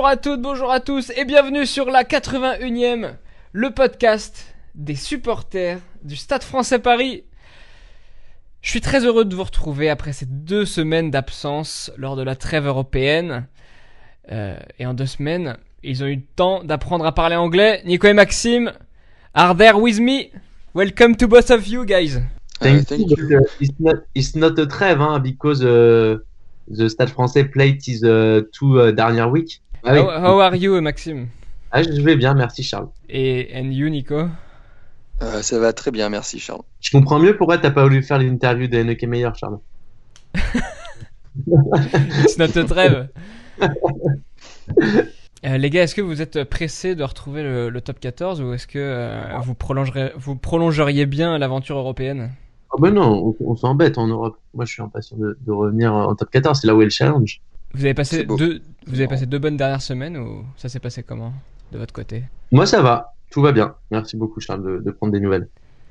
Bonjour à toutes, bonjour à tous et bienvenue sur la 81e, le podcast des supporters du Stade Français Paris. Je suis très heureux de vous retrouver après ces 2 semaines d'absence lors de la trêve européenne. Et en 2 semaines, ils ont eu le temps d'apprendre à parler anglais. Nico et Maxime are there with me. Welcome to both of you guys. Thank you. It's not a trêve, because the Stade Français played his 2 dernière week. How are you, Maxime? Je vais bien, merci Charles. And you, Nico? Ça va très bien, merci Charles. Je comprends mieux pourquoi t'as pas voulu faire l'interview d'Henneke Meyer, Charles. It's not a trêve. Les gars, est-ce que vous êtes pressés de retrouver le top 14 ou est-ce que vous prolongeriez bien l'aventure européenne? Oh ben non, on s'embête en Europe. Moi, je suis impatient de revenir en top 14. C'est là où est le challenge. Vous avez passé 2 bonnes dernières semaines ou ça s'est passé comment de votre côté? Moi, ça va. Tout va bien. Merci beaucoup, Charles, de prendre des nouvelles.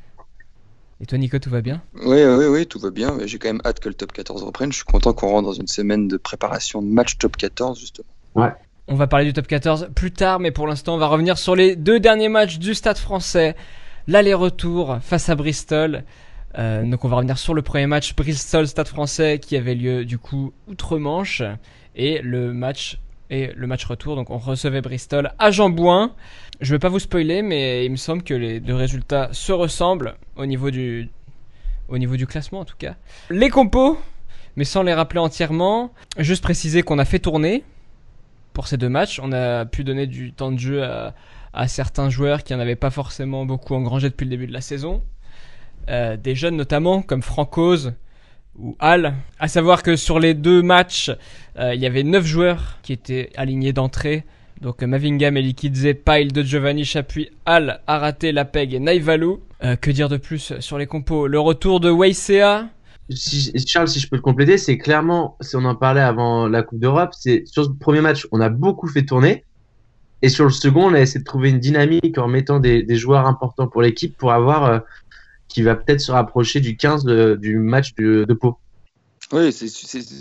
Et toi, Nico, tout va bien? Oui, tout va bien. J'ai quand même hâte que le top 14 reprenne. Je suis content qu'on rentre dans une semaine de préparation de match top 14, justement. Ouais. On va parler du top 14 plus tard, mais pour l'instant, on va revenir sur les 2 derniers matchs du Stade Français. L'aller-retour face à Bristol. Donc on va revenir sur le premier match Bristol-Stade Français qui avait lieu du coup outre-Manche et le match retour. Donc on recevait Bristol à Jean-Bouin. Je vais pas vous spoiler, mais il me semble que les 2 résultats se ressemblent au niveau du classement en tout cas. Les compos, mais sans les rappeler entièrement, juste préciser qu'on a fait tourner pour ces 2 matchs. On a pu donner du temps de jeu à certains joueurs qui en avaient pas forcément beaucoup engrangé depuis le début de la saison. Des jeunes notamment comme Francoz ou Hall. À savoir que sur les 2 matchs, il y avait 9 joueurs qui étaient alignés d'entrée. Donc Mavinga, Melikidze, Pyle, De Giovanni, Chapuis, Hall, Araté, Lapeg et Naivalou. Que dire de plus sur les compos? Le retour de Weissea. Charles, si je peux le compléter, c'est clairement, si on en parlait avant la Coupe d'Europe, c'est sur ce premier match, on a beaucoup fait tourner. Et sur le second, on a essayé de trouver une dynamique en mettant des joueurs importants pour l'équipe pour avoir... qui va peut-être se rapprocher du 15 du match de Pau. Oui, c'est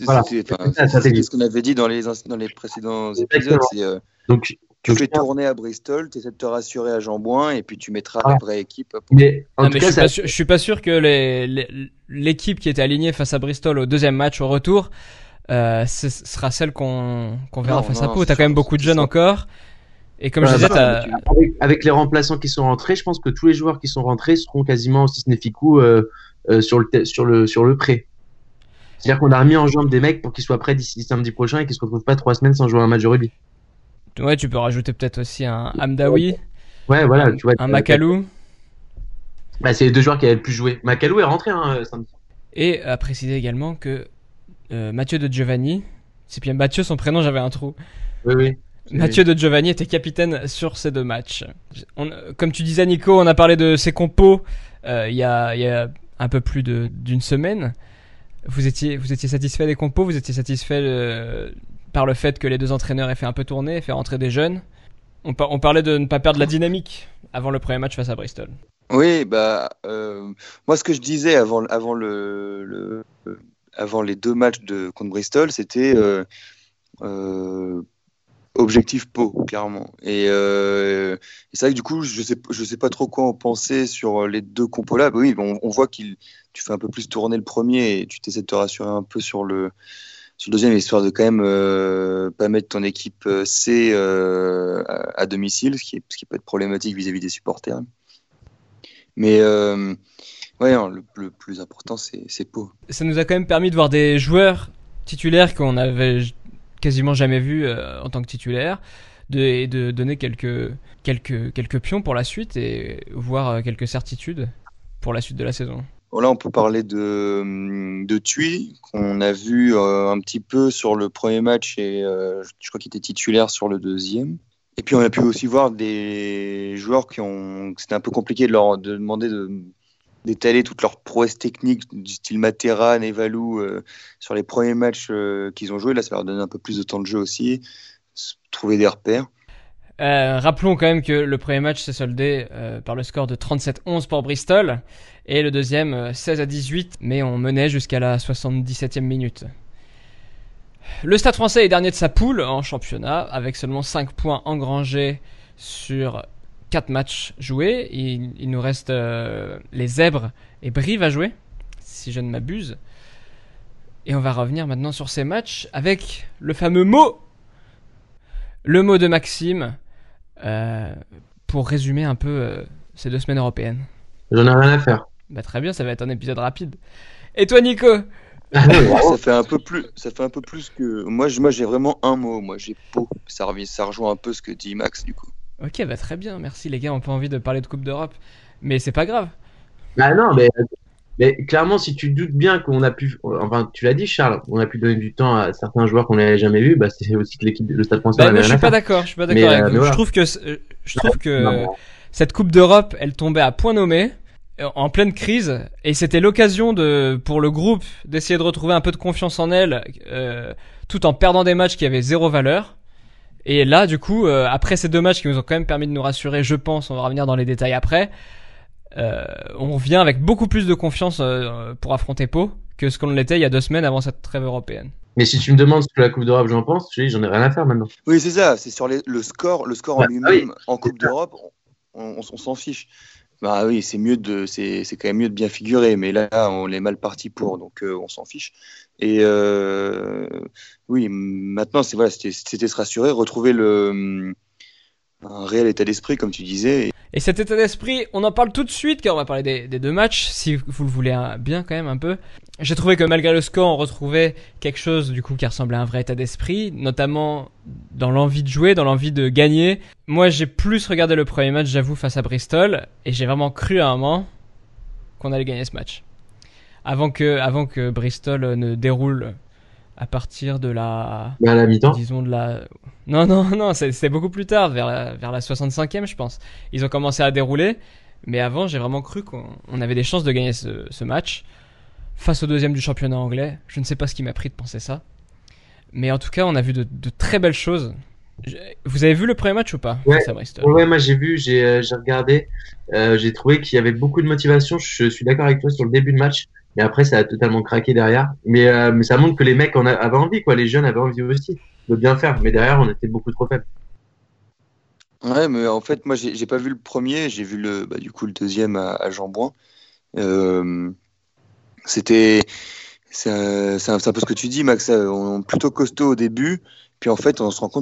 ce qu'on avait dit dans les précédents épisodes. Donc, tu fais tourner à Bristol, tu essaies de te rassurer à Jean-Bouin et puis tu mettras la vraie équipe. Mais je suis pas sûr que l'équipe qui était alignée face à Bristol au 2e match au retour ce sera celle qu'on verra face à Pau. T'as quand même beaucoup de jeunes encore. Et comme je disais, avec les remplaçants qui sont rentrés, je pense que tous les joueurs qui sont rentrés seront quasiment, si ce n'est Ficou, sur le prêt. C'est-à-dire qu'on a remis en jambe des mecs pour qu'ils soient prêts d'ici samedi prochain et qu'ils se retrouvent pas 3 semaines sans jouer un match de rugby. Ouais, tu peux rajouter peut-être aussi un Hamdaoui. Ouais, voilà. Tu vois, un Makalou. Bah, c'est les 2 joueurs qui avaient le plus joué. Makalou est rentré samedi. Et à préciser également que Mathieu De Giovanni, c'est bien Mathieu son prénom, j'avais un trou. Oui. Mathieu De Giovanni était capitaine sur ces 2 matchs. Comme tu disais, Nico, on a parlé de ses compos il y a un peu plus d'une semaine. Vous étiez satisfait des compos? Vous étiez satisfait par le fait que les 2 entraîneurs aient fait un peu tourner, fait rentrer des jeunes? On parlait de ne pas perdre la dynamique avant le premier match face à Bristol. Oui, moi ce que je disais avant les 2 matchs contre Bristol, c'était objectif Pau, clairement. Et c'est vrai que du coup, je sais pas trop quoi en penser sur les 2 compos là. Oui, on voit tu fais un peu plus tourner le premier et tu t'essaies de te rassurer un peu sur le deuxième, histoire de quand même pas mettre ton équipe C à domicile, ce qui peut être problématique vis-à-vis des supporters. Mais le plus important, c'est Pau. Ça nous a quand même permis de voir des joueurs titulaires qu'on avait quasiment jamais vu en tant que titulaire, et de donner quelques pions pour la suite et voir quelques certitudes pour la suite de la saison. Là, on peut parler de Thuy, qu'on a vu un petit peu sur le premier match et je crois qu'il était titulaire sur le 2e. Et puis on a pu aussi voir des joueurs c'était un peu compliqué de leur demander d'étaler toutes leurs prouesses techniques du style Matera, Naivalou sur les premiers matchs qu'ils ont joués. Là, ça leur donne un peu plus de temps de jeu aussi, trouver des repères. Rappelons quand même que le premier match s'est soldé par le score de 37-11 pour Bristol et le deuxième 16-18, mais on menait jusqu'à la 77e minute. Le Stade Français est dernier de sa poule en championnat avec seulement 5 points engrangés sur 4 matchs joués. Il nous reste les Zèbres et Brive à jouer, si je ne m'abuse. Et on va revenir maintenant sur ces matchs avec le fameux mot. Le mot de Maxime pour résumer un peu ces 2 semaines européennes. J'en ai rien à faire. Bah, très bien, ça va être un épisode rapide. Et toi, Nico? Ça fait un peu plus que moi j'ai vraiment un mot, moi j'ai Pau. Ça rejoint un peu ce que dit Max du coup. Ok, bah très bien, merci les gars, on n'a pas envie de parler de Coupe d'Europe, mais c'est pas grave. Ah non, mais clairement, si tu doutes bien qu'on a pu, enfin, tu l'as dit, Charles, on a pu donner du temps à certains joueurs qu'on n'avait jamais vus, bah, c'est aussi que le Stade Français Bah, n'avait moi je rien suis à pas faire. d'accord, avec vous. Voilà. Je trouve que Non, cette Coupe d'Europe, elle tombait à point nommé, en pleine crise, et c'était l'occasion pour le groupe d'essayer de retrouver un peu de confiance en elle, tout en perdant des matchs qui avaient zéro valeur. Et là, du coup, après ces 2 matchs qui nous ont quand même permis de nous rassurer, je pense, on va revenir dans les détails après, on revient avec beaucoup plus de confiance pour affronter Pau que ce qu'on l'était il y a 2 semaines avant cette trêve européenne. mais si tu me demandes ce que la Coupe d'Europe j'en pense, je dis, j'en ai rien à faire maintenant. Oui, c'est ça, c'est sur le score en Bah, lui-même oui, en Coupe d'Europe, on s'en fiche. Bah oui, c'est quand même mieux de bien figurer, mais là on est mal parti pour, donc on s'en fiche. Et oui, maintenant c'était se rassurer, retrouver un réel état d'esprit comme tu disais. Et cet état d'esprit, on en parle tout de suite car on va parler des 2 matchs, si vous le voulez bien quand même un peu. J'ai trouvé que malgré le score, on retrouvait quelque chose du coup qui ressemblait à un vrai état d'esprit, notamment dans l'envie de jouer, dans l'envie de gagner. Moi, j'ai plus regardé le premier match, j'avoue, face à Bristol, et j'ai vraiment cru à un moment qu'on allait gagner ce match. Avant que Bristol ne déroule à partir de la... à la mi-temps. Disons de la... Non, c'était beaucoup plus tard, vers la 65e, je pense. Ils ont commencé à dérouler, mais avant, j'ai vraiment cru qu'on avait des chances de gagner ce match. Face au 2e du championnat anglais, je ne sais pas ce qui m'a pris de penser ça. Mais en tout cas, on a vu de très belles choses. Vous avez vu le premier match ou pas Ouais, face à Bristol? ouais, moi j'ai vu, j'ai regardé, j'ai trouvé qu'il y avait beaucoup de motivation. Je suis d'accord avec toi sur le début de match, mais après ça a totalement craqué derrière. Mais ça montre que les mecs avaient envie, quoi. Les jeunes avaient envie aussi de bien faire, mais derrière on était beaucoup trop faibles. Ouais, mais en fait moi j'ai pas vu le premier, j'ai vu du coup le deuxième à Jean-Bouin. Euh, C'était, c'est un peu ce que tu dis, Max. On est plutôt costaud au début, puis en fait, on se rend compte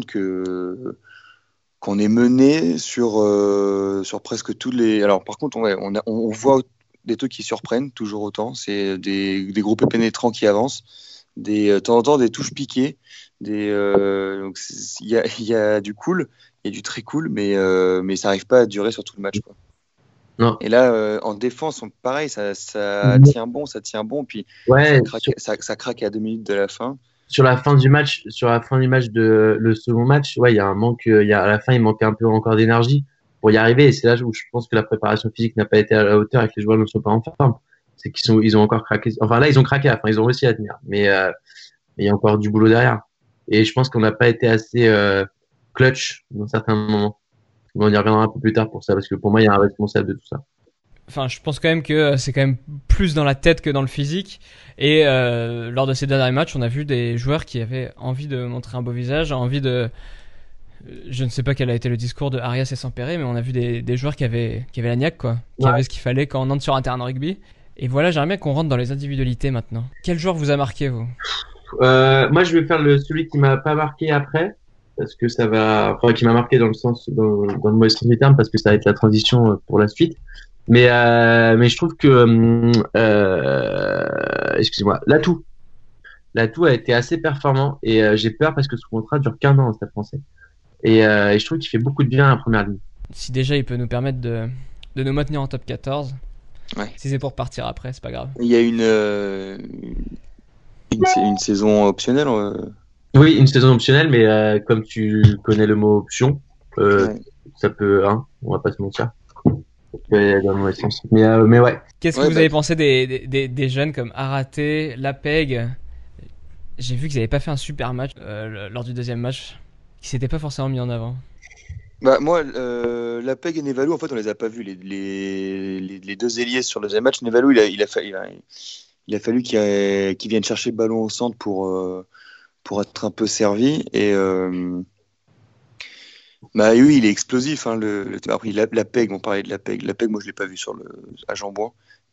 qu'on est mené sur presque tous les. Alors, par contre, on voit des trucs qui surprennent toujours autant. C'est des groupes pénétrants qui avancent, de temps en temps des touches piquées, donc il y a du cool, il y a du très cool, mais ça n'arrive pas à durer sur tout le match, quoi. Non. Et là, en défense, pareil, ça tient bon, puis Ouais, ça craque à 2 minutes de la fin. sur la fin du match, de le second match, ouais, il y a un manque, à la fin, il manquait un peu encore d'énergie pour y arriver. Et c'est là où je pense que la préparation physique n'a pas été à la hauteur et que les joueurs ne sont pas en forme. C'est ils ont encore craqué. Enfin, là, ils ont craqué à la fin, ils ont réussi à tenir. Mais il y a encore du boulot derrière. Et je pense qu'on n'a pas été assez, clutch dans certains moments. On y reviendra un peu plus tard pour ça, parce que pour moi, il y a un responsable de tout ça. Enfin, je pense quand même que c'est quand même plus dans la tête que dans le physique. Et lors de ces derniers matchs, on a vu des joueurs qui avaient envie de montrer un beau visage, envie de... Je ne sais pas quel a été le discours de Arias et Sampere, mais on a vu des joueurs qui avaient la niaque, quoi. Qui avaient ce qu'il fallait quand on entre sur un terrain de rugby. Et voilà, j'aimerais bien qu'on rentre dans les individualités maintenant. Quel joueur vous a marqué, vous? Moi, je vais faire celui qui m'a pas marqué après, parce que qui m'a marqué dans le mauvais sens du terme, parce que ça va être la transition pour la suite. Mais je trouve que, excusez-moi, Latou a été assez performant et j'ai peur parce que ce contrat dure qu'1 an au Stade Français. Et je trouve qu'il fait beaucoup de bien à la première ligne. Si déjà il peut nous permettre de nous maintenir en top 14, ouais. Si c'est pour partir après, c'est pas grave. Il y a une saison optionnelle. Oui, une saison optionnelle, mais comme tu connais le mot option, Ouais. ça peut, on va pas se mentir. Ça peut aller dans le mauvais sens. Mais ouais. Qu'est-ce que vous avez pensé des jeunes comme Araté, Lapeg? J'ai vu qu'ils n'avaient pas fait un super match lors du deuxième match, qui s'étaient pas forcément mis en avant. Bah, moi, Lapeg et Nevalou, en fait, on les a pas vus. Les 2 ailiers sur le deuxième match. Nevalou, il a fallu qu'il vienne chercher le ballon au centre être un peu servi. Et bah oui, il est explosif. Hein, après, la PEG, on parlait de la PEG. La PEG, moi, je l'ai pas vu à Jean-Bouin.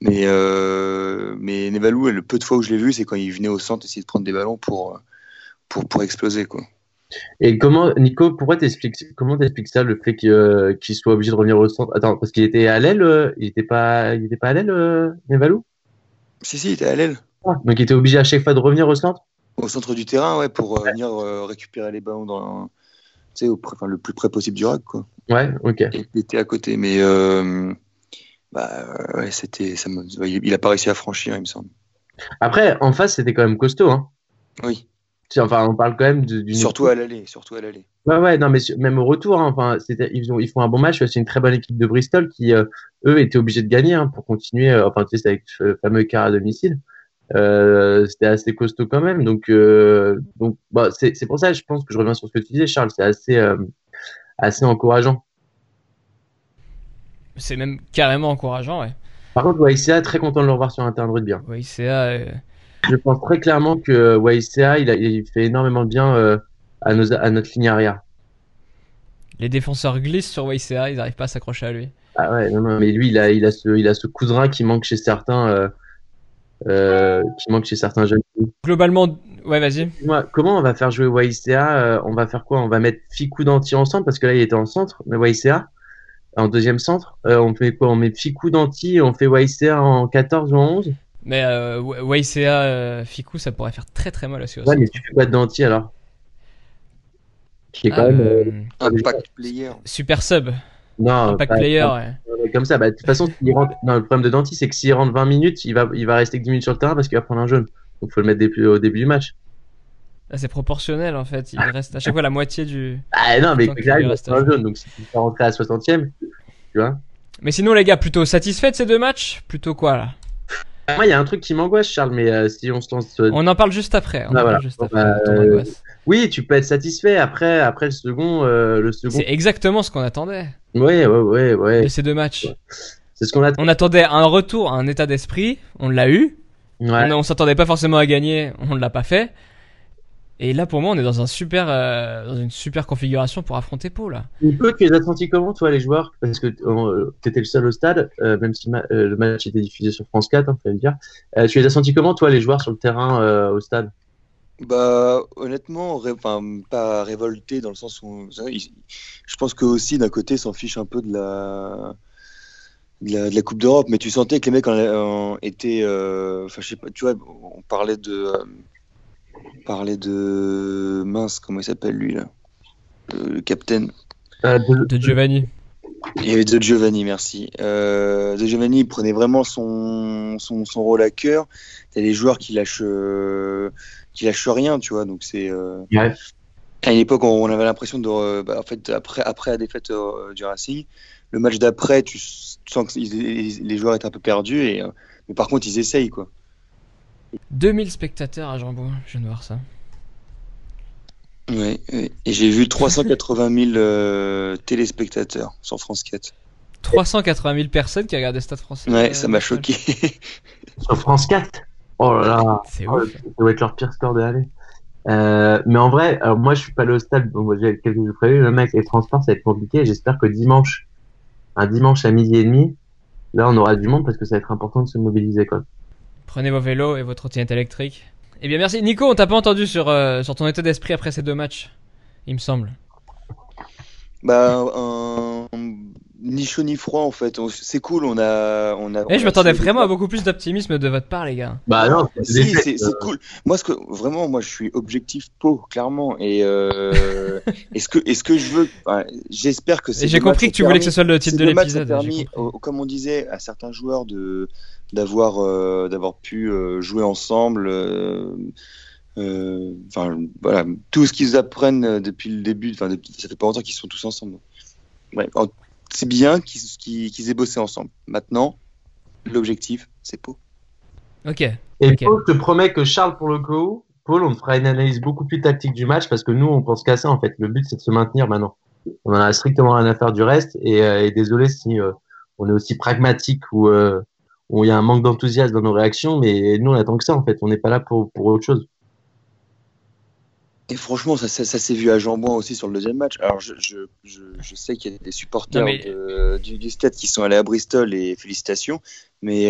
Mais Nevalou, le peu de fois où je l'ai vu, c'est quand il venait au centre essayer de prendre des ballons pour exploser, quoi. Et Nico, comment t'expliques ça, le fait qu'il soit obligé de revenir au centre? Attends, parce qu'il était à l'aile, il était pas à l'aile, Nevalou? Si, il était à l'aile. Ah, donc il était obligé à chaque fois de revenir au centre? Au centre du terrain, ouais, pour venir récupérer les ballons tu sais, le plus près possible du rack, quoi. Ouais, ok. Et il était à côté, mais ouais, il a pas réussi à franchir, il me semble. Après, en face, c'était quand même costaud, hein. Oui. Enfin, on parle quand même d'une Surtout à l'aller. Ouais, ouais, non, mais même au retour, hein, enfin, ils font un bon match. C'est une très bonne équipe de Bristol qui, eux, étaient obligés de gagner hein, pour continuer. Enfin, tu sais, c'est avec ce fameux quart à domicile. C'était assez costaud quand même. Donc, bah, c'est pour ça, je pense que je reviens sur ce que tu disais, Charles. C'est assez encourageant. C'est même carrément encourageant, ouais. Par contre, YCA, très content de le revoir sur un terrain de rugby. Hein. YCA, Je pense très clairement que YCA, il fait énormément de bien à notre ligne arrière. les défenseurs glissent sur YCA, ils n'arrivent pas à s'accrocher à lui. Ah ouais, non, mais lui, il a ce cousin qui manque chez certains, jeunes. Globalement, ouais, vas-y. Comment on va faire jouer YCA? On va faire quoi? On va mettre Ficou Danti ensemble parce que là, il était en centre, mais YCA en deuxième centre. On fait quoi? On met Ficou Danti et on fait YCA en 14 ou en 11? Mais YCA Ficou, ça pourrait faire très très mal aussi au Ouais, mais centre. tu fais quoi de Danti alors? Qui est Ah, quand même. Impact player. super sub, Non, impact player, ouais. comme ça. Bah, de toute façon, s'il rentre... non, le problème de Danti, c'est que s'il rentre 20 minutes, il va rester que 10 minutes sur le terrain parce qu'il va prendre un jaune. Donc, faut le mettre au début du match. Là, c'est proportionnel en fait. Il reste à chaque fois la moitié du. Ah non, mais Tant qu'il là, il lui va reste à prendre un jouer. jaune. Donc, si tu fais rentrer à 60e, tu vois. Mais sinon, les gars, plutôt satisfait de ces deux matchs? Plutôt quoi là? Moi, il y a un truc qui m'angoisse, Charles, mais si on se lance. On en parle juste après. On Ah, en voilà. parle juste Bon, après. bah, Ton angoisse. oui, tu peux être satisfait. Après le second. C'est exactement ce qu'on attendait Ouais. de ces deux matchs. C'est ce qu'on attend. On attendait un retour, un état d'esprit. On l'a eu. Ouais. On s'attendait pas forcément à gagner. On ne l'a pas fait. Et là, pour moi, on est dans dans une super configuration pour affronter Pau là. Nico, tu les as sentis comment, toi, les joueurs? Parce que tu étais le seul au stade, même si le match était diffusé sur France 4, hein, faut le dire. Tu les as sentis comment, toi, les joueurs sur le terrain au stade? Bah, honnêtement, pas révolté dans le sens où je pense que aussi d'un côté s'en fiche un peu de la Coupe d'Europe, mais tu sentais que les mecs étaient, enfin je sais pas, tu vois, on parlait de mince, comment il s'appelle lui là, le capitaine. De Giovanni. Il y avait De Giovanni, merci. De Giovanni, il prenait vraiment son rôle à cœur. T'as des joueurs qui lâchent rien, tu vois. Donc c'est Ouais. à une époque, on avait l'impression en fait, après la défaite du Racing, le match d'après, tu sens que les joueurs étaient un peu perdus, mais par contre, ils essayent, quoi. 2000 spectateurs à Jean-Bouin. Je viens de voir ça. Ouais. Et j'ai vu 380 000 téléspectateurs sur France 4. 380 000 personnes qui regardaient Stade Français. Ouais, ça m'a choqué. Sur France 4? Oh là là. C'est Oh, ouf. ça doit être leur pire score de l'année. Mais en vrai, alors moi, je suis pas allé au stade. Donc, moi, j'ai quelques jours prévus. Même avec les transports, ça va être compliqué. J'espère que un dimanche à 12h30, là, on aura du monde parce que ça va être important de se mobiliser, quoi. Prenez vos vélos et vos trottinettes électriques. Eh bien, merci. Nico, on t'a pas entendu sur ton état d'esprit après ces deux matchs, il me semble. Bah, ni chaud ni froid en fait. C'est cool, on Je m'attendais vraiment à beaucoup plus d'optimisme de votre part, les gars. Bah non, Si, c'est cool. Moi, moi, je suis objectif Pau, clairement. Et ce que je veux, j'espère que Et j'ai compris que tu voulais que ce soit le titre de l'épisode. Comme on disait, à certains joueurs d'avoir pu jouer ensemble. Voilà, tout ce qu'ils apprennent depuis le début. Ça fait pas longtemps qu'ils sont tous ensemble. Ouais, c'est bien qu'ils aient bossé ensemble. Maintenant, l'objectif, c'est Pau. Ok. Et Ok. Paul, je te promets que Charles, pour le coup, Paul, on te fera une analyse beaucoup plus tactique du match parce que nous, on pense qu'à ça, en fait. Le but, c'est de se maintenir maintenant. On en a strictement rien à faire du reste et désolé si on est aussi pragmatique ou où il y a un manque d'enthousiasme dans nos réactions, mais nous, on attend que ça, en fait. On n'est pas là pour autre chose. Et franchement, ça s'est vu à Jambouin aussi sur le deuxième match. Alors, je sais qu'il y a des supporters Non, mais- du Stade qui sont allés à Bristol et félicitations. Mais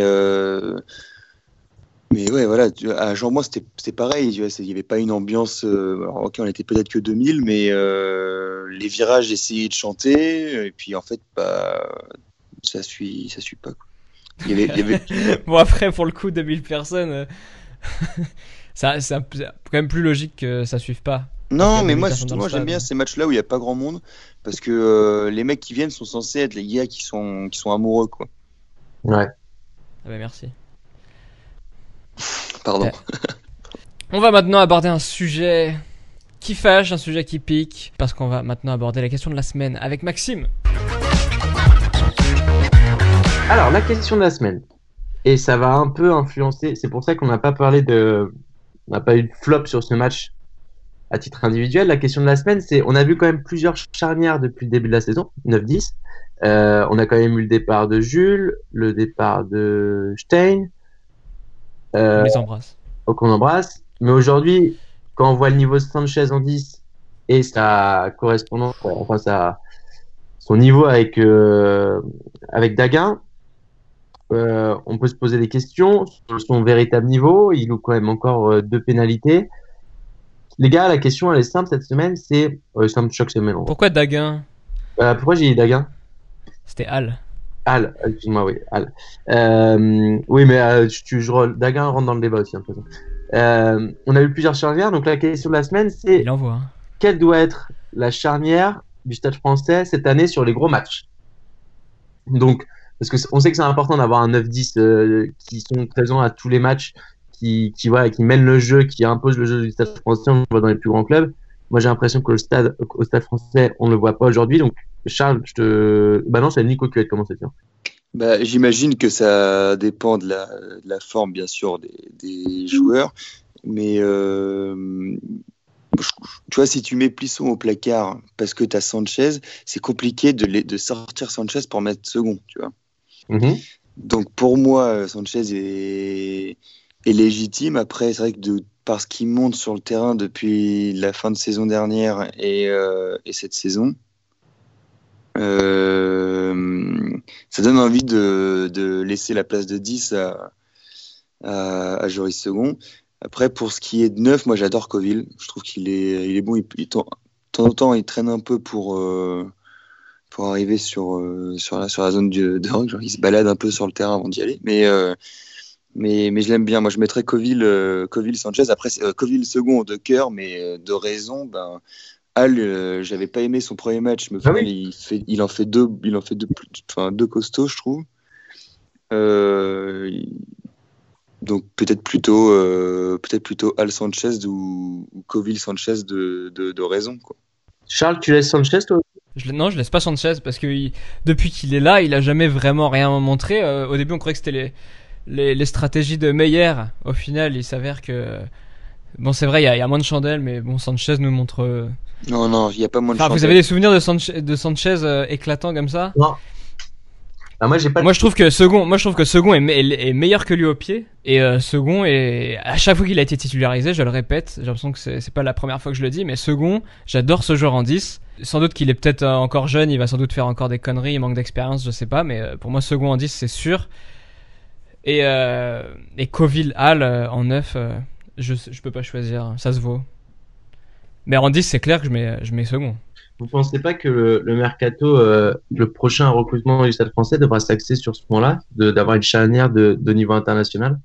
ouais, voilà, à Jambouin, c'était pareil. Tu vois, il n'y avait pas une ambiance. Alors, ok, on était peut-être que 2000, mais les virages essayaient de chanter. Et puis, en fait, bah, ça suit pas, quoi. Il y avait... Bon, après, pour le coup, 2000 personnes, c'est quand même plus logique que ça suive pas. Parce qu'il y Non, a mais 2000 moi, personnes dans le justement, j'aime stade. bien ces matchs-là où il n'y a pas grand monde. Parce que les mecs qui viennent sont censés être les gars qui sont amoureux, quoi. Ouais. Ah bah merci. Pardon. On va maintenant aborder un sujet qui fâche, un sujet qui pique, parce qu'on va maintenant aborder la question de la semaine avec Maxime. Alors, la question de la semaine. Et ça va un peu influencer. C'est pour ça qu'on n'a pas parlé de. On n'a pas eu de flop sur ce match à titre individuel. La question de la semaine, c'est. On a vu quand même plusieurs charnières depuis le début de la saison, 9-10. On a quand même eu le départ de Jules, le départ de Stein, On les embrasse. qu'on embrasse. Mais aujourd'hui, quand on voit le niveau de Sanchez en 10 et sa correspondance, enfin son niveau avec Daguin, on peut se poser des questions sur son véritable niveau. Il loue quand même encore 2 pénalités. Les gars, la question elle est simple cette semaine, c'est simple chaque semaine. Pourquoi Daguin? Pourquoi j'ai dit Daguin? C'était Al. Al, excuse-moi, oui, Al. Oui, mais Daguin rentre dans le débat aussi, un peu. On a eu plusieurs charnières, donc la question de la semaine, c'est Il envoie. Hein. quelle doit être la charnière du Stade Français cette année sur les gros matchs? Donc, parce que on sait que c'est important d'avoir un 9-10 qui sont présents à tous les matchs, qui mènent le jeu, qui imposent le jeu du Stade Français. On le voit dans les plus grands clubs. Moi, j'ai l'impression que au Stade Français, on ne le voit pas aujourd'hui. Donc, Charles, bah non, c'est Nico qui va commencer. Tiens. Bah, j'imagine que ça dépend de la forme, bien sûr, des joueurs. Mais tu vois, si tu mets Plisson au placard parce que tu as Sanchez, c'est compliqué de sortir Sanchez pour mettre second, tu vois. Mm-hmm. Donc pour moi, Sanchez est légitime. Après, c'est vrai que parce qu'il monte sur le terrain depuis la fin de saison dernière et cette saison, ça donne envie de laisser la place de 10 à Joris Second. Après, pour ce qui est de 9, moi j'adore Coville. Je trouve qu'il est bon. De temps en temps, il traîne un peu pour arriver sur la zone de rock. Genre, il se balade un peu sur le terrain avant d'y aller. Mais je l'aime bien. Moi, je mettrais Coville Sanchez. Après, Coville second de cœur, mais de raison. Ben, Al, j'avais pas aimé son premier match, mais au final, il en fait deux costauds, je trouve. Donc peut-être plutôt Al Sanchez ou Coville Sanchez de raison, quoi. Charles, tu laisses Sanchez toi? Non, je laisse pas Sanchez parce que depuis qu'il est là, il a jamais vraiment rien montré. Au début, on croyait que c'était les stratégies de Meyer. Au final, il s'avère que bon, c'est vrai, il y a moins de chandelles, mais bon, Sanchez nous montre. Non, il y a pas moins de. Enfin, vous avez des souvenirs de Sanchez éclatants comme ça? Non. Ah, moi, j'ai pas. Moi, je trouve que Second est meilleur que lui au pied. Et Second est à chaque fois qu'il a été titularisé, je le répète, j'ai l'impression que c'est pas la première fois que je le dis, mais Second, j'adore ce joueur en 10. Sans doute qu'il est peut-être encore jeune, il va sans doute faire encore des conneries, il manque d'expérience, je sais pas, mais pour moi Second en 10 c'est sûr. Et Coville Hall en 9, je peux pas choisir, ça se vaut. Mais en 10 c'est clair que je mets Second. Vous pensez pas que le mercato, le prochain recrutement du Stade Français devra s'axer sur ce point-là, d'avoir une charnière de niveau international?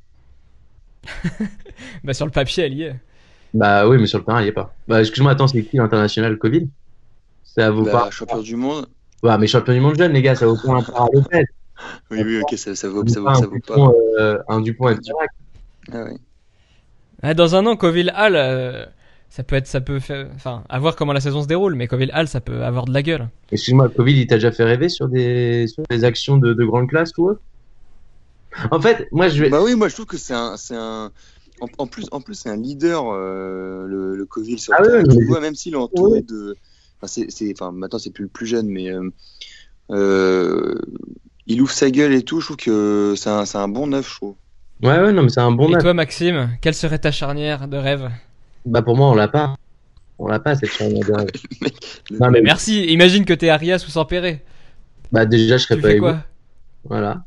Bah sur le papier elle y est. Bah oui, mais sur le terrain, il n'y est pas. Bah excuse-moi, attends, c'est qui l'international Covid? Ça vaut pas. Champion du monde. Ouais, mais champion du monde jeune, les gars, ça vaut pas un Paralopez. Oui, ok, ça vaut pas. Un Dupont et Chirac. Ah ouais. Ah, dans un an, Coville Hall, ça peut faire, enfin, à voir comment la saison se déroule, mais Coville Hall, ça peut avoir de la gueule. Excuse-moi, Covid, il t'a déjà fait rêver sur des actions de grande classe ou autre? En fait, moi, Bah oui, moi je trouve que c'est un. En plus, c'est un leader, le Coville sur le terrain. Tu vois, même s'il est entouré de. Enfin, maintenant c'est plus le plus jeune, mais il ouvre sa gueule et tout. Je trouve que c'est un bon neuf, je trouve. Ouais, non, mais c'est un bon neuf. Et toi, Maxime, quelle serait ta charnière de rêve? Bah pour moi, on l'a pas. On l'a pas cette charnière de rêve. Le- Non, Mais merci, imagine que t'es Arias ou Sampéré. Bah déjà, je serais Tu pas fais avec vous. quoi? Voilà.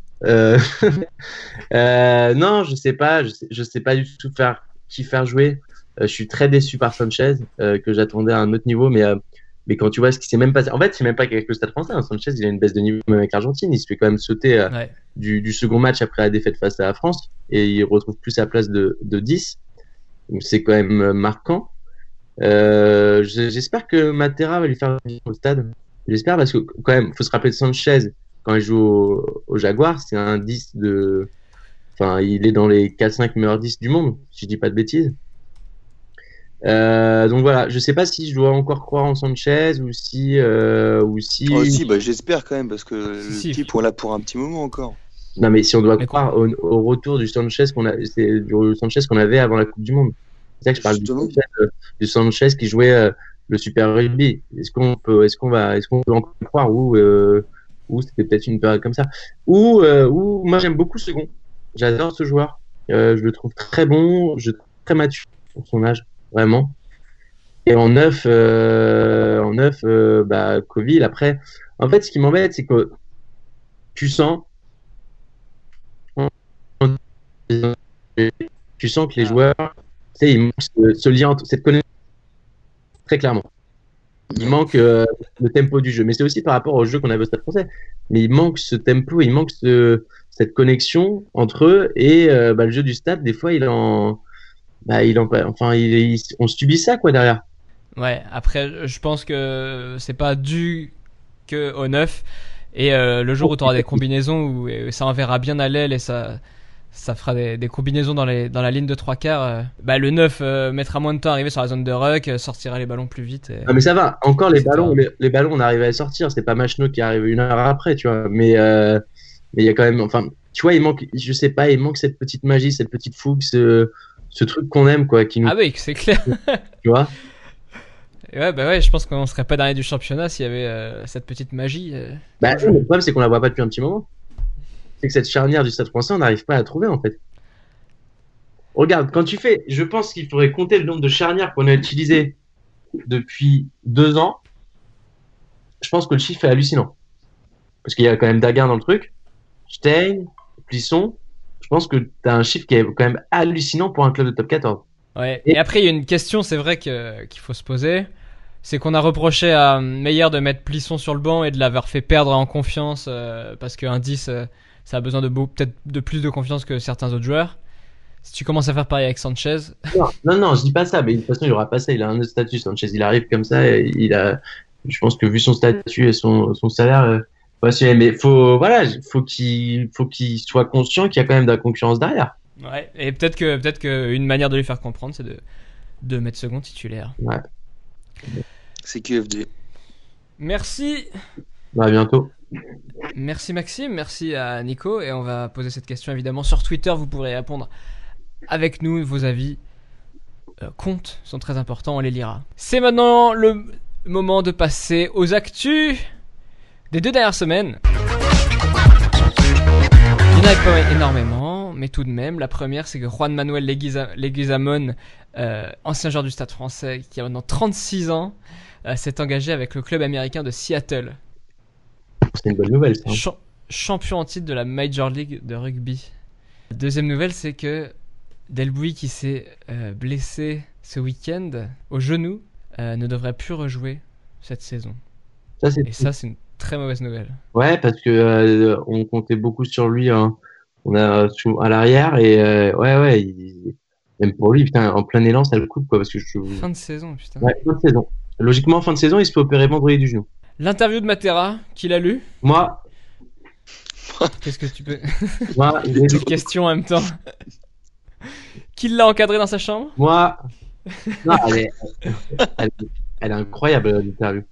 Non, je sais pas. Je sais pas du tout qui faire jouer. Je suis très déçu par Sanchez, que j'attendais à un autre niveau, mais quand tu vois ce qui s'est même passé, en fait, c'est même pas qu'avec le Stade Français. Hein. Sanchez, il a une baisse de niveau même avec l'Argentine. Il se fait quand même sauter Ouais. du second match après la défaite face à la France et il retrouve plus sa place de 10. Donc c'est quand même marquant. J'espère que Matera va lui faire vivre au stade. J'espère parce que quand même, faut se rappeler de Sanchez quand il joue au Jaguar, c'est un 10 de. Enfin, il est dans les 4-5 meilleurs 10 du monde, si je dis pas de bêtises. Donc voilà, je sais pas si je dois encore croire en Sanchez ou si. Oh, si, bah, j'espère quand même, parce que le Si. type, on l'a pour un petit moment encore. Non, mais si on doit Mais croire au retour du Sanchez du Sanchez qu'on avait avant la Coupe du Monde. C'est ça que je parle Justement. du Sanchez qui jouait le Super Rugby. Est-ce qu'on peut encore croire ou c'était peut-être une période comme ça ou moi j'aime beaucoup Second. J'adore ce joueur. Je le trouve très bon, très mature pour son âge, vraiment. Et en neuf, bah, Covid. Après, en fait, ce qui m'embête, c'est que tu sens que les joueurs, tu sais, ils manquent ce lien, cette connexion très clairement. Il manque le tempo du jeu, mais c'est aussi par rapport au jeu qu'on avait au Stade Français. Mais il manque ce tempo, il manque cette connexion entre eux et bah, le jeu du stade. Des fois, on subit ça quoi derrière. Ouais, après, je pense que c'est pas dû que au 9. Et le jour où tu auras des combinaisons où ça enverra bien à l'aile et ça fera des combinaisons dans la ligne de 3/4, bah, le 9 mettra moins de temps à arriver sur la zone de ruck, sortira les ballons plus vite. Ah, mais ça va. Encore les etc. ballons, les ballons, on arrive à les sortir. C'est pas Machno qui arrive une heure après, tu vois. Mais il y a quand même, enfin, tu vois, il manque, je sais pas, il manque cette petite magie, cette petite fougue, ce truc qu'on aime, quoi, qui nous, Ah oui, c'est clair. tu vois. Et ouais, bah ouais, je pense qu'on serait pas dernier du championnat s'il y avait cette petite magie. Bah, dans le jeu. le problème, c'est qu'on la voit pas depuis un petit moment. C'est que cette charnière du Stade Français, on n'arrive pas à la trouver, en fait. Regarde, je pense qu'il faudrait compter le nombre de charnières qu'on a utilisées depuis 2 ans. Je pense que le chiffre est hallucinant. Parce qu'il y a quand même Daguin dans le truc, Stein, Plisson. Je pense que tu as un chiffre qui est quand même hallucinant pour un club de top 14. Ouais. Et après, il y a une question, c'est vrai qu'il faut se poser. C'est qu'on a reproché à Meyer de mettre Plisson sur le banc et de l'avoir fait perdre en confiance parce qu'un 10, ça a besoin peut-être de plus de confiance que certains autres joueurs. Si tu commences à faire pareil avec Sanchez, Non, je dis pas ça, mais de toute façon, il aura pas ça. Il a un autre statut, Sanchez. Il arrive comme ça, et je pense que vu son statut et son salaire, mais faut qu'il soit conscient qu'il y a quand même de la concurrence derrière. ouais. Et peut-être que une manière de lui faire comprendre, c'est de mettre second titulaire. Ouais. C'est QFD. Merci. À bientôt. Merci Maxime, merci à Nico. Et on va poser cette question évidemment sur Twitter. Vous pourrez répondre avec nous. Vos avis comptent, sont très importants. On les lira. C'est maintenant le moment de passer aux actus des 2 dernières semaines. Il n'y en a pas énormément, mais tout de même. La première, c'est que Juan Manuel Leguizamón, ancien joueur du Stade Français, qui a maintenant 36 ans, s'est engagé avec le club américain de Seattle. C'est une bonne nouvelle, ça. Champion en titre de la Major League de rugby. La deuxième nouvelle, c'est que Delbuy, qui s'est blessé ce week-end au genou, ne devrait plus rejouer cette saison. Et ça, c'est une très mauvaise nouvelle. Ouais, parce que on comptait beaucoup sur lui. Hein. On a à l'arrière et même pour lui, putain, en plein élan, ça le coupe quoi, parce que Fin de saison, putain. Ouais, fin de saison. Logiquement, fin de saison, il se fait opérer vendredi du genou. L'interview de Matera, qui l'a lu. Moi, Qu'est-ce que tu peux j'ai des questions en même temps. Qui l'a encadré dans sa chambre? Moi, non, elle est incroyable l'interview.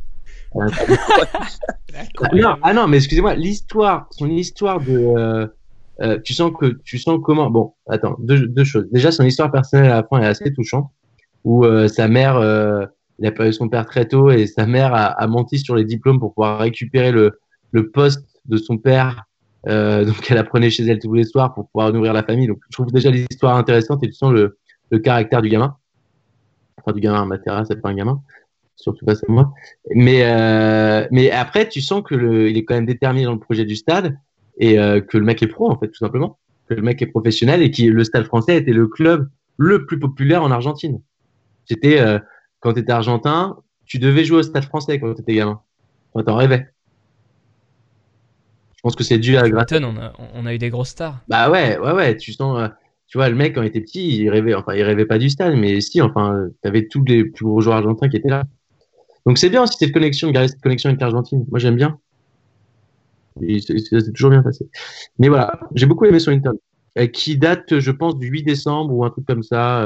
Non, mais excusez-moi, son histoire de, tu sens comment. Bon, attends, deux choses. Déjà, son histoire personnelle à la fin est assez touchante, où sa mère, il a perdu son père très tôt et sa mère a menti sur les diplômes pour pouvoir récupérer le poste de son père. Donc, elle apprenait chez elle tous les soirs pour pouvoir nourrir la famille. Donc, je trouve déjà l'histoire intéressante et tu sens le caractère du gamin. Enfin, du gamin, Matera, c'est pas un gamin. Surtout pas c'est moi. Mais après, tu sens que il est quand même déterminé dans le projet du stade et que le mec est pro, en fait, tout simplement. Que le mec est professionnel et que le Stade français était le club le plus populaire en Argentine. C'était, quand tu étais argentin, tu devais jouer au Stade français quand tu étais gamin. Enfin, t'en rêvais. Je pense que c'est dû à Gratton, on a eu des grosses stars. Bah ouais, tu sens, tu vois, le mec, quand il était petit, il rêvait pas du stade, mais si, enfin, t'avais tous les plus gros joueurs argentins qui étaient là. Donc c'est bien aussi cette connexion, de garder cette connexion avec l'Argentine. Moi, j'aime bien. Et c'est toujours bien passé. Mais voilà, j'ai beaucoup aimé son interview. Qui date, je pense, du 8 décembre ou un truc comme ça,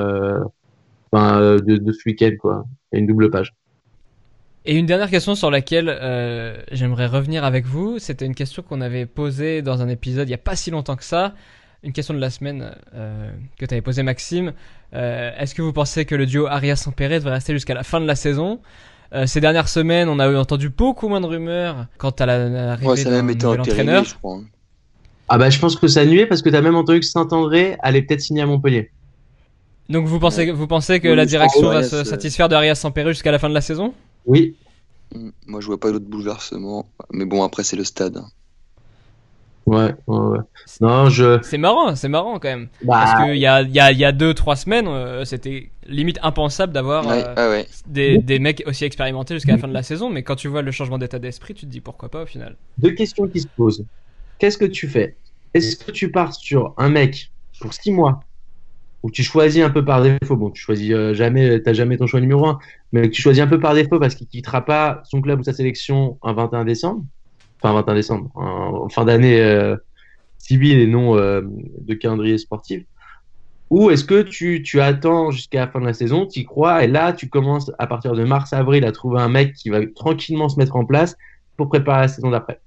de ce week-end, quoi. Il y a une double page. Et une dernière question sur laquelle j'aimerais revenir avec vous, c'était une question qu'on avait posée dans un épisode il n'y a pas si longtemps que ça, une question de la semaine que tu avais posée Maxime. Est-ce que vous pensez que le duo Arias-Sampere devrait rester jusqu'à la fin de la saison? Ces dernières semaines, on a entendu beaucoup moins de rumeurs quant à l'arrivée d'un nouvel entraîneur. Je crois. Ah bah je pense que ça nuait parce que t'as même entendu que Saint-André allait peut-être signer à Montpellier. Donc vous pensez que la direction va se satisfaire de Arias-Sampere jusqu'à la fin de la saison? Oui. Moi, je vois pas d'autre bouleversement. Mais bon, après, c'est le stade. Ouais. Non, C'est marrant quand même. Bah... Parce qu'il y a 2-3 semaines, c'était limite impensable d'avoir des mecs aussi expérimentés jusqu'à la fin de la saison. Mais quand tu vois le changement d'état d'esprit, tu te dis pourquoi pas au final. Deux questions qui se posent. Qu'est-ce que tu fais? Est-ce que tu pars sur un mec pour 6 mois où tu choisis un peu par défaut? Bon, tu choisis t'as jamais ton choix numéro 1, mais tu choisis un peu par défaut parce qu'il quittera pas son club ou sa sélection un 21 décembre. Enfin, 21 décembre, en fin d'année civile et non de calendrier sportif. Ou est-ce que tu attends jusqu'à la fin de la saison, tu y crois, et là, tu commences à partir de mars-avril à trouver un mec qui va tranquillement se mettre en place pour préparer la saison d'après?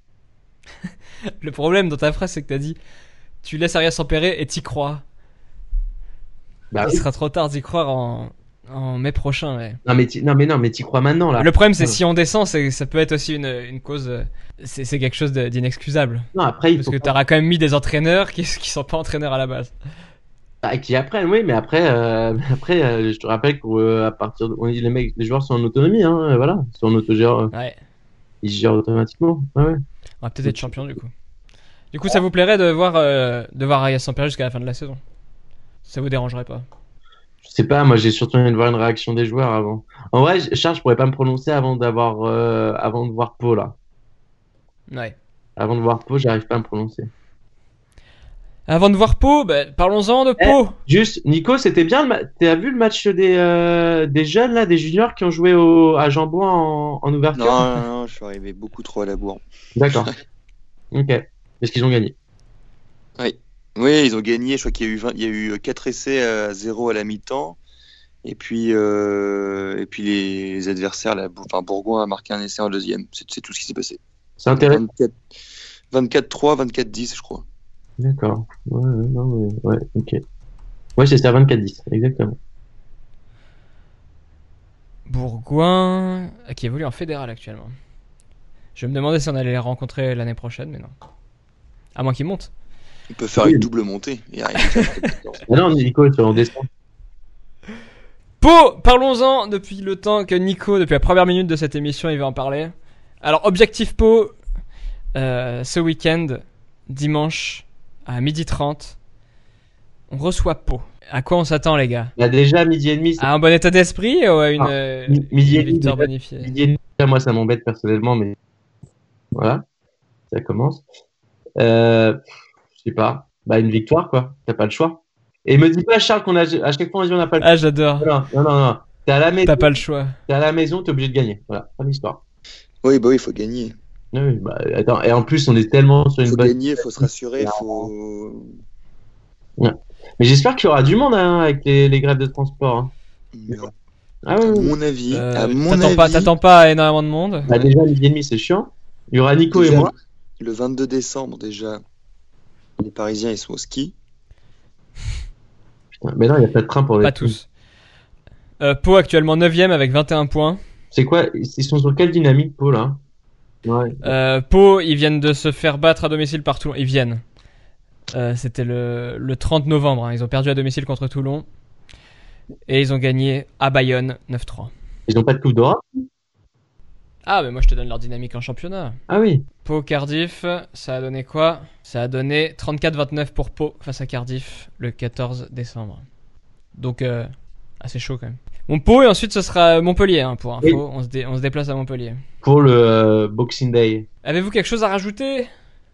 Le problème dans ta phrase, c'est que t'as dit tu laisses Arias-Sampere et t'y crois. Bah, Il sera trop tard d'y croire en mai prochain. Ouais. Non, mais t'y crois maintenant là. Le problème, c'est si on descend, ça peut être aussi une cause. C'est quelque chose d'inexcusable. Non, après, parce que t'auras quand même mis des entraîneurs qui sont pas entraîneurs à la base. Bah, qui apprennent, oui, mais après, je te rappelle qu'à partir de, on dit les joueurs sont en autonomie, hein, voilà, ils sont en autogère. Ouais. Ils gèrent automatiquement. Ouais. On va peut-être être champion du coup. Du coup, ça vous plairait de voir Arias-Sampere jusqu'à la fin de la saison? Ça vous dérangerait pas? Je sais pas, moi j'ai surtout envie de voir une réaction des joueurs avant. En vrai, Charles, je pourrais pas me prononcer avant de voir Pau là. Ouais. Avant de voir Pau, j'arrive pas à me prononcer. Avant de voir Pau, parlons-en de Pau. Juste, Nico, c'était bien. T'as vu le match des jeunes là, des juniors qui ont joué à Jambon en ouverture? Non, je suis arrivé beaucoup trop à la bourre. D'accord. Ok. Est-ce qu'ils ont gagné? Oui, ils ont gagné. Je crois qu'il y a eu 4 essais à 0 à la mi-temps. Et puis les adversaires, Bourgoin a marqué un essai en deuxième. C'est tout ce qui s'est passé. C'est intéressant. 24-3, 24-10, je crois. D'accord. Ouais, ok. Ouais, c'est ça, 24-10, exactement. Bourgoin, qui évolue en fédéral actuellement. Je me demandais si on allait les rencontrer l'année prochaine, mais non. À moins qu'ils montent. On peut faire une double montée. Non, Nico, tu es en descente. Pau, parlons-en depuis le temps que Nico, depuis la première minute de cette émission, il va en parler. Alors, objectif Pau, ce week-end, dimanche, à 12h30, on reçoit Pau. À quoi on s'attend, les gars? Il y a déjà midi et demi. À un bon état d'esprit ou à une midi et victoire demi, bonifiée? Midi et demi, moi, ça m'embête personnellement, mais voilà, ça commence. Je sais pas. Une victoire, quoi. T'as pas le choix. Et me dis pas, Charles, à chaque fois, on dit on n'a pas le choix. Ah, j'adore. Non. T'es à la maison. T'as pas le choix. T'es à la maison, t'es obligé de gagner. Voilà, pas l'histoire. Oui, il faut gagner. Oui, attends, et en plus, on est tellement sur une faut bonne. Gagner, faut se rassurer, Ouais. Mais j'espère qu'il y aura du monde avec les grèves de transport. Hein. À mon avis, t'attends pas énormément de monde. Déjà, midi et demi, c'est chiant. Il y aura Nico et moi. Le 22 décembre, déjà, les Parisiens, ils sont au ski. Putain, mais non, il n'y a pas de train pour les. Pas tous. Pau actuellement 9ème avec 21 points. C'est quoi? Ils sont sur quelle dynamique, Pau, là? Ouais. Pau, ils viennent de se faire battre à domicile par Toulon. Ils viennent. C'était le 30 novembre. Hein. Ils ont perdu à domicile contre Toulon. Et ils ont gagné à Bayonne 9-3. Ils n'ont pas de Coupe d'Europe? Ah, mais moi je te donne leur dynamique en championnat. Ah oui. Pau Cardiff, ça a donné quoi? Ça a donné 34-29 pour Pau face à Cardiff le 14 décembre. Donc assez chaud quand même. Bon, Pau et ensuite ce sera Montpellier pour info. Oui. On se déplace à Montpellier. Pour le Boxing Day. Avez-vous quelque chose à rajouter?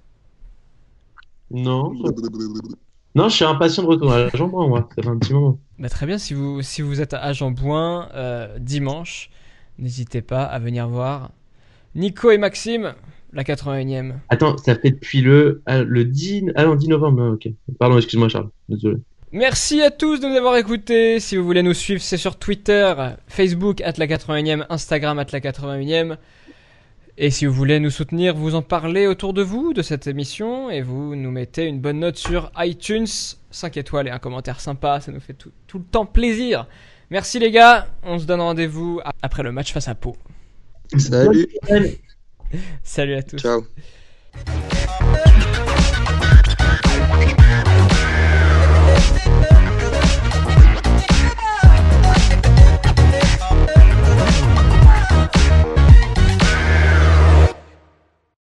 Non. Non, je suis impatient de retourner à Jean-Bouin, moi. Ça fait un petit moment. Bah, très bien, si vous êtes à Jean-Bouin dimanche, n'hésitez pas à venir voir Nico et Maxime, la 81e. Attends, ça fait depuis le 10... Ah non, 10 novembre. Ah, ok. Pardon, excuse-moi, Charles. Désolé. Merci à tous de nous avoir écoutés. Si vous voulez nous suivre, c'est sur Twitter, Facebook @la 81e, Instagram @la 81e. Et si vous voulez nous soutenir, vous en parlez autour de vous de cette émission et vous nous mettez une bonne note sur iTunes, 5 étoiles et un commentaire sympa, ça nous fait tout le temps plaisir. Merci les gars, on se donne rendez-vous après le match face à Pau. Salut. Salut à tous. Ciao.